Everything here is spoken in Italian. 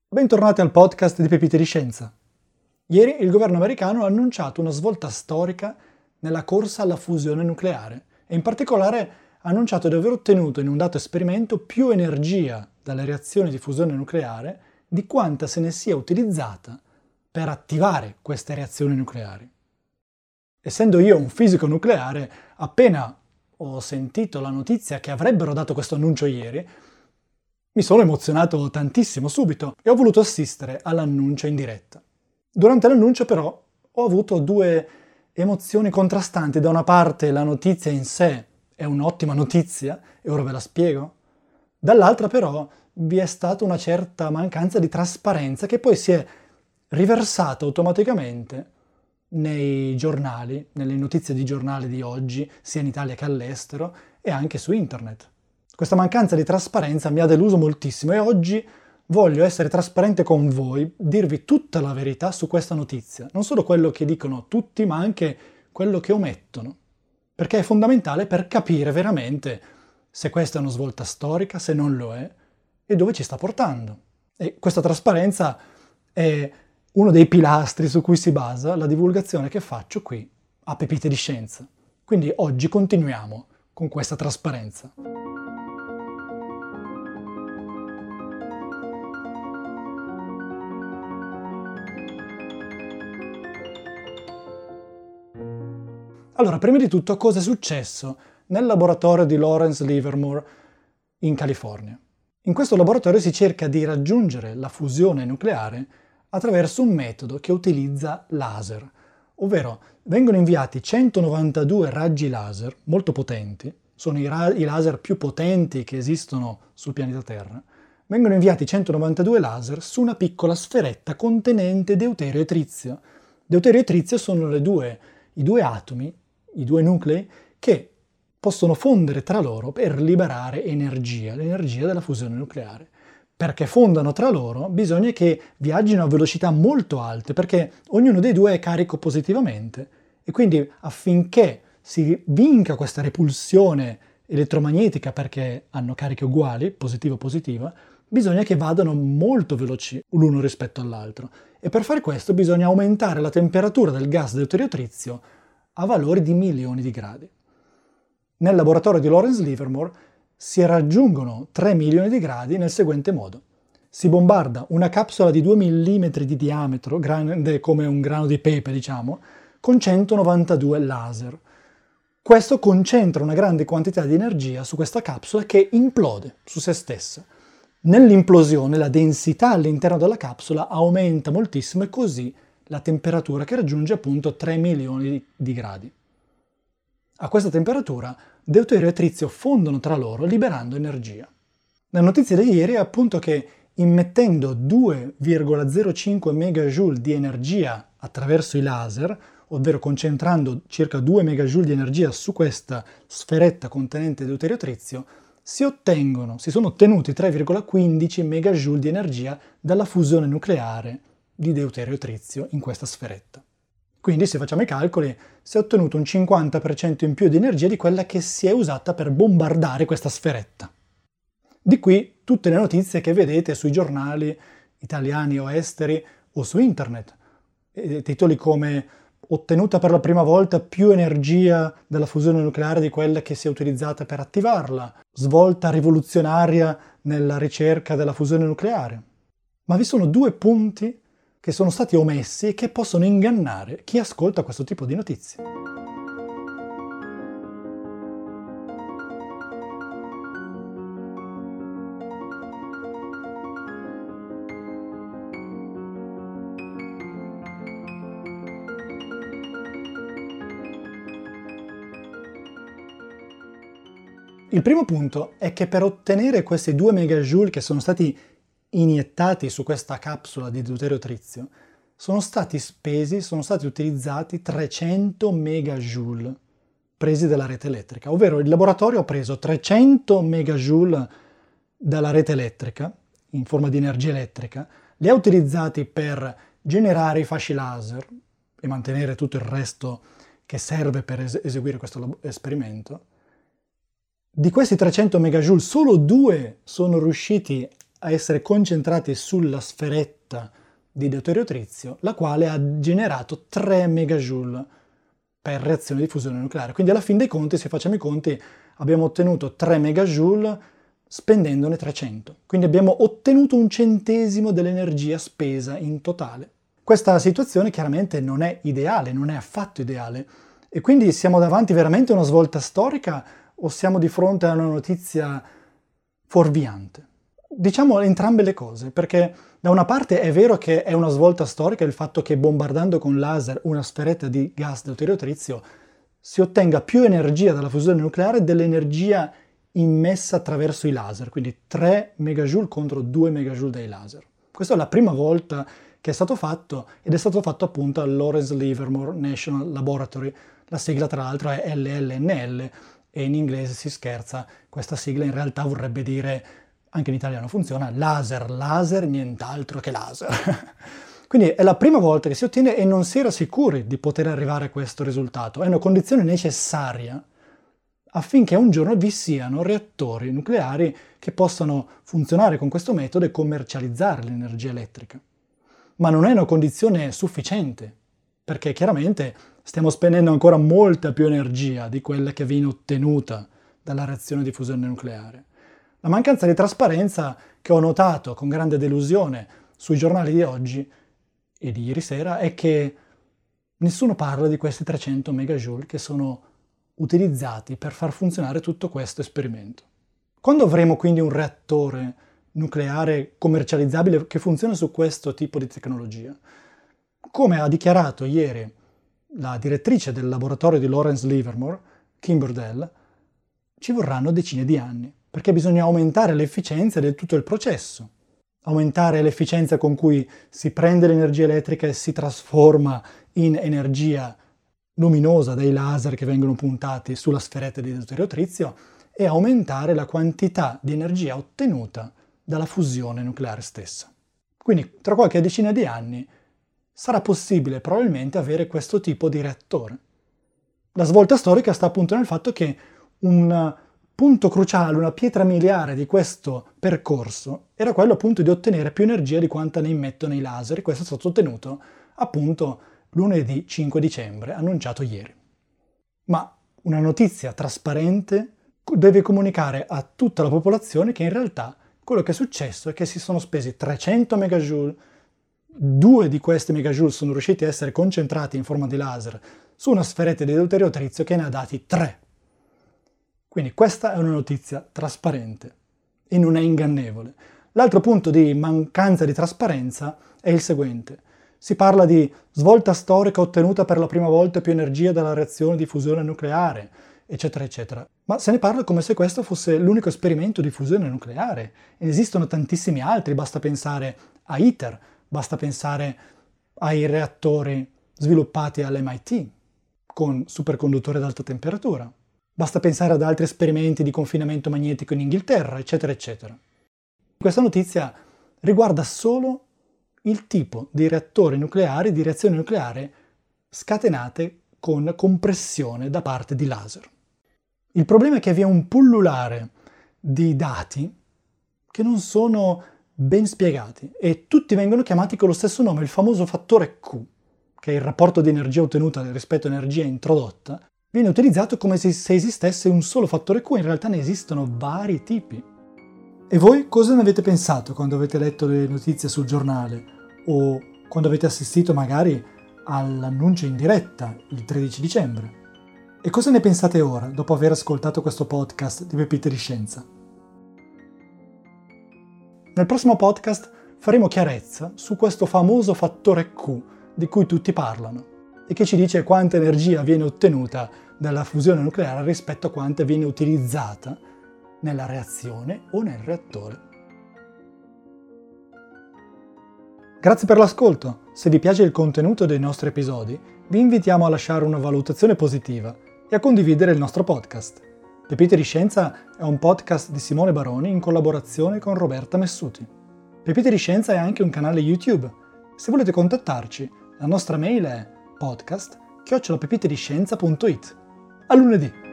Bentornati al podcast di Pepite di Scienza. Ieri il governo americano ha annunciato una svolta storica nella corsa alla fusione nucleare e in particolare ha annunciato di aver ottenuto in un dato esperimento più energia dalle reazioni di fusione nucleare di quanta se ne sia utilizzata per attivare queste reazioni nucleari. Essendo io un fisico nucleare, appena ho sentito la notizia che avrebbero dato questo annuncio ieri, mi sono emozionato tantissimo subito e ho voluto assistere all'annuncio in diretta. Durante l'annuncio però ho avuto due emozioni contrastanti. Da una parte la notizia in sé è un'ottima notizia e ora ve la spiego. Dall'altra però vi è stata una certa mancanza di trasparenza che poi si è riversata automaticamente nei giornali, nelle notizie di giornali di oggi, sia in Italia che all'estero e anche su internet. Questa mancanza di trasparenza mi ha deluso moltissimo e oggi voglio essere trasparente con voi, dirvi tutta la verità su questa notizia, non solo quello che dicono tutti, ma anche quello che omettono, perché è fondamentale per capire veramente se questa è una svolta storica, se non lo è, e dove ci sta portando. E questa trasparenza è uno dei pilastri su cui si basa la divulgazione che faccio qui a Pepite di Scienza. Quindi oggi continuiamo con questa trasparenza. Allora, prima di tutto, cosa è successo nel laboratorio di Lawrence Livermore in California? In questo laboratorio si cerca di raggiungere la fusione nucleare attraverso un metodo che utilizza laser, ovvero vengono inviati 192 raggi laser molto potenti, sono i laser più potenti che esistono sul pianeta Terra, vengono inviati 192 laser su una piccola sferetta contenente deuterio e trizio. Deuterio e trizio sono i due atomi, i due nuclei, che possono fondere tra loro per liberare energia, l'energia della fusione nucleare. Perché fondano tra loro bisogna che viaggino a velocità molto alte, perché ognuno dei due è carico positivamente e quindi affinché si vinca questa repulsione elettromagnetica, perché hanno cariche uguali, positiva-positiva, bisogna che vadano molto veloci l'uno rispetto all'altro. E per fare questo bisogna aumentare la temperatura del gas deuterio-trizio a valori di milioni di gradi. Nel laboratorio di Lawrence Livermore si raggiungono 3 milioni di gradi nel seguente modo. Si bombarda una capsula di 2 mm di diametro, grande come un grano di pepe, diciamo, con 192 laser. Questo concentra una grande quantità di energia su questa capsula che implode su se stessa. Nell'implosione la densità all'interno della capsula aumenta moltissimo e così la temperatura che raggiunge appunto 3 milioni di gradi. A questa temperatura deuterio e trizio fondono tra loro liberando energia. La notizia di ieri è appunto che immettendo 2,05 megajoule di energia attraverso i laser, ovvero concentrando circa 2 megajoule di energia su questa sferetta contenente deuterio e trizio, si sono ottenuti 3,15 megajoule di energia dalla fusione nucleare di deuterio e trizio in questa sferetta. Quindi, se facciamo i calcoli, si è ottenuto un 50% in più di energia di quella che si è usata per bombardare questa sferetta. Di qui tutte le notizie che vedete sui giornali italiani o esteri o su internet. Titoli come ottenuta per la prima volta più energia dalla fusione nucleare di quella che si è utilizzata per attivarla, svolta rivoluzionaria nella ricerca della fusione nucleare. Ma vi sono due punti che sono stati omessi e che possono ingannare chi ascolta questo tipo di notizie. Il primo punto è che per ottenere questi 2 megajoule che sono stati iniettati su questa capsula di deuterio-trizio, sono stati utilizzati 300 megajoule presi dalla rete elettrica, ovvero il laboratorio ha preso 300 megajoule dalla rete elettrica, in forma di energia elettrica, li ha utilizzati per generare i fasci laser e mantenere tutto il resto che serve per eseguire questo esperimento. Di questi 300 megajoule solo 2 sono riusciti a essere concentrati sulla sferetta di deuterio trizio, la quale ha generato 3 megajoule per reazione di fusione nucleare. Quindi alla fin dei conti, se facciamo i conti, abbiamo ottenuto 3 megajoule spendendone 300. Quindi abbiamo ottenuto 1/100 dell'energia spesa in totale. Questa situazione chiaramente non è ideale, non è affatto ideale. E quindi siamo davanti veramente a una svolta storica o siamo di fronte a una notizia fuorviante? Diciamo entrambe le cose, perché da una parte è vero che è una svolta storica il fatto che bombardando con laser una sferetta di gas deuterio trizio si ottenga più energia dalla fusione nucleare dell'energia immessa attraverso i laser, quindi 3 megajoule contro 2 megajoule dei laser. Questa è la prima volta che è stato fatto ed è stato fatto appunto al Lawrence Livermore National Laboratory. La sigla tra l'altro è LLNL e in inglese si scherza, questa sigla in realtà vorrebbe dire, anche in italiano funziona, laser, nient'altro che laser. Quindi è la prima volta che si ottiene e non si era sicuri di poter arrivare a questo risultato. È una condizione necessaria affinché un giorno vi siano reattori nucleari che possano funzionare con questo metodo e commercializzare l'energia elettrica. Ma non è una condizione sufficiente, perché chiaramente stiamo spendendo ancora molta più energia di quella che viene ottenuta dalla reazione di fusione nucleare. La mancanza di trasparenza che ho notato con grande delusione sui giornali di oggi e di ieri sera è che nessuno parla di questi 300 megajoule che sono utilizzati per far funzionare tutto questo esperimento. Quando avremo quindi un reattore nucleare commercializzabile che funziona su questo tipo di tecnologia? Come ha dichiarato ieri la direttrice del laboratorio di Lawrence Livermore, Kim Burdell, ci vorranno decine di anni, perché bisogna aumentare l'efficienza di tutto il processo, aumentare l'efficienza con cui si prende l'energia elettrica e si trasforma in energia luminosa dai laser che vengono puntati sulla sferetta di deuterio trizio e aumentare la quantità di energia ottenuta dalla fusione nucleare stessa. Quindi tra qualche decina di anni sarà possibile probabilmente avere questo tipo di reattore. La svolta storica sta appunto nel fatto che un punto cruciale, una pietra miliare di questo percorso era quello appunto di ottenere più energia di quanta ne immettono i laser, e questo è stato ottenuto appunto lunedì 5 dicembre, annunciato ieri. Ma una notizia trasparente deve comunicare a tutta la popolazione che in realtà quello che è successo è che si sono spesi 300 megajoule, 2 di questi megajoule sono riusciti a essere concentrati in forma di laser su una sferetta di deuterio trizio che ne ha dati 3. Quindi questa è una notizia trasparente e non è ingannevole. L'altro punto di mancanza di trasparenza è il seguente. Si parla di svolta storica ottenuta per la prima volta più energia dalla reazione di fusione nucleare, eccetera, eccetera. Ma se ne parla come se questo fosse l'unico esperimento di fusione nucleare. Ne esistono tantissimi altri, basta pensare a ITER, basta pensare ai reattori sviluppati all'MIT con superconduttori ad alta temperatura. Basta pensare ad altri esperimenti di confinamento magnetico in Inghilterra, eccetera, eccetera. Questa notizia riguarda solo il tipo di reattori nucleari, di reazione nucleare scatenate con compressione da parte di laser. Il problema è che vi è un pullulare di dati che non sono ben spiegati e tutti vengono chiamati con lo stesso nome, il famoso fattore Q, che è il rapporto di energia ottenuta rispetto a energia introdotta, viene utilizzato come se esistesse un solo fattore Q, in realtà ne esistono vari tipi. E voi cosa ne avete pensato quando avete letto le notizie sul giornale o quando avete assistito magari all'annuncio in diretta il 13 dicembre? E cosa ne pensate ora, dopo aver ascoltato questo podcast di Pepite di Scienza? Nel prossimo podcast faremo chiarezza su questo famoso fattore Q di cui tutti parlano e che ci dice quanta energia viene ottenuta dalla fusione nucleare rispetto a quanta viene utilizzata nella reazione o nel reattore. Grazie per l'ascolto. Se vi piace il contenuto dei nostri episodi, vi invitiamo a lasciare una valutazione positiva e a condividere il nostro podcast. Pepite di Scienza è un podcast di Simone Baroni in collaborazione con Roberta Messuti. Pepite di Scienza è anche un canale YouTube. Se volete contattarci, la nostra mail è podcast@pepitediscienza.it. A lunedì!